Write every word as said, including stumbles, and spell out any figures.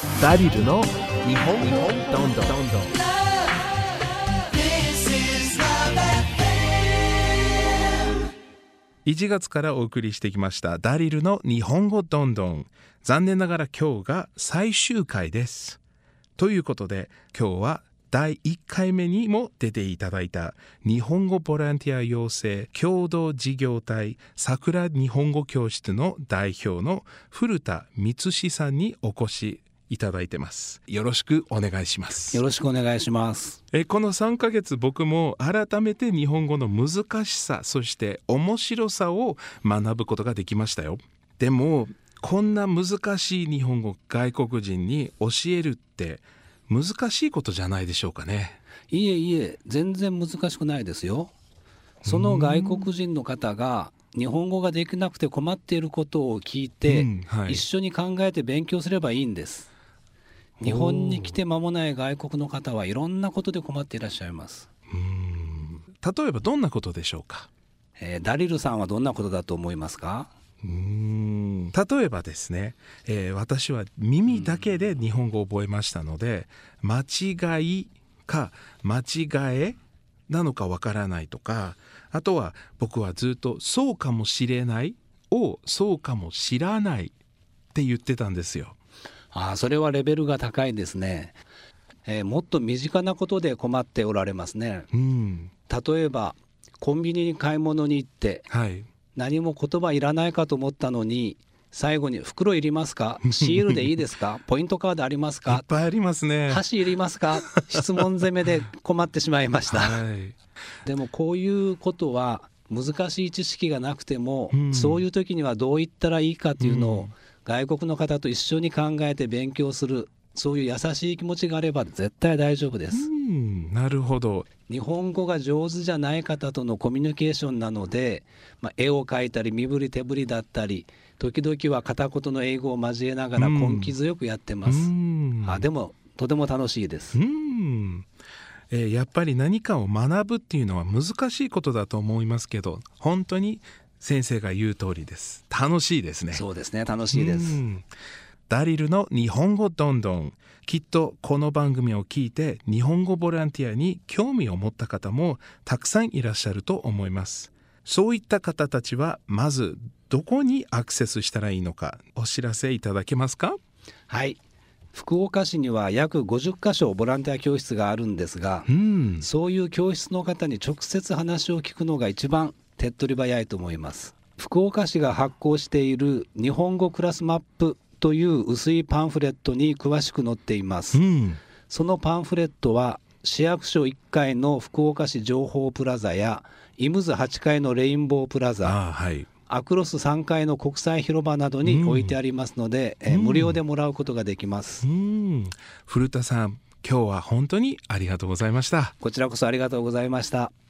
ダリルの日本語どんどんどんどん。 いちがつからお送りしてきましたダリルの日本語どんどん。残念ながら今日が最終回です。ということで今日はだいいっかいめにも出ていただいた日本語ボランティア養成共同事業体桜日本語教室の代表の古田光志さんにお越しいただいてます。よろしくお願いします。 よろしくお願いします。 えこのさんかげつ僕も改めて日本語の難しさそして面白さを学ぶことができましたよ。でもこんな難しい日本語外国人に教えるって難しいことじゃないでしょうかね。 いえいえ、全然難しくないですよ。その外国人の方が日本語ができなくて困っていることを聞いて、うんはい、一緒に考えて勉強すればいいんです。日本に来て間もない外国の方はいろんなことで困っていらっしゃいます。 うーん例えばどんなことでしょうか。 えー、ダリルさんはどんなことだと思いますか。 うーん例えばですね、えー、私は耳だけで日本語を覚えましたので、間違いか間違えなのかわからないとか、あとは僕はずっとそうかもしれないをそうかも知らないって言ってたんですよ。 ああ、それはレベルが高いですね。えー、もっと身近なことで困っておられますね。うん、例えばコンビニに買い物に行って、はい、何も言葉いらないかと思ったのに最後に袋いりますか、シールでいいですかポイントカードありますか、 いっぱいありますね、 箸いりますか質問攻めで困ってしまいました、はい、でもこういうことは難しい知識がなくても、うん、そういう時にはどう言ったらいいかというのを、うん、外国の方と一緒に考えて勉強する、そういう優しい気持ちがあれば絶対大丈夫です。 うん、なるほど。 日本語が上手じゃない方とのコミュニケーションなので、まあ、絵を描いたり身振り手振りだったり時々は片言の英語を交えながら根気強くやってます。うん、あでもとても楽しいです。 うんえー、やっぱり何かを学ぶっていうのは難しいことだと思いますけど、本当に先生が言う通りです。楽しいですね。 そうですね、楽しいです。 ダリルの日本語どんどん。きっとこの番組を聞いて日本語ボランティアに興味を持った方もたくさんいらっしゃると思います。そういった方たちはまずどこにアクセスしたらいいのかお知らせいただけますか。 はい、福岡市には約ごじゅっかしょボランティア教室があるんですが、うん、そういう教室の方に直接話を聞くのが一番手っ取り早いと思います。福岡市が発行している日本語クラスマップという薄いパンフレットに詳しく載っています、うん、そのパンフレットは市役所いっかいの福岡市情報プラザやイムズはちかいのレインボープラザ、あ、はい、アクロスさんかいの国際広場などに置いてありますので、うん、え無料でもらうことができます、うん、 古田さん、今日は本当にありがとうございました。 こちらこそありがとうございました。